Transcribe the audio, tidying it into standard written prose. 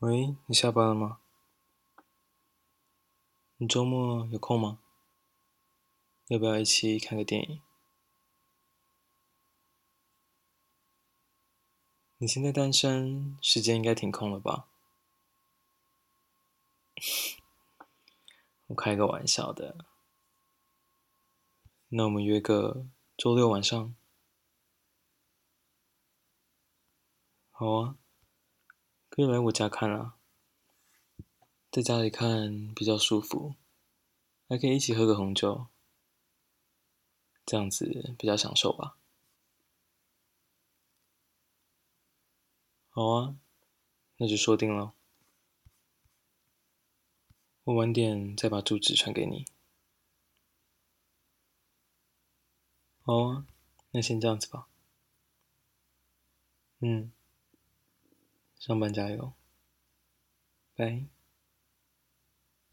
喂，你下班了吗？你周末有空吗？要不要一起看个电影？你现在单身，时间应该挺空了吧？我开个玩笑的。那我们约个周六晚上？好啊，可以来我家看啊，在家里看比较舒服，还可以一起喝个红酒，这样子比较享受吧。好啊，那就说定了。我晚点再把住址传给你。好啊，那先这样子吧。嗯，上班加油，拜。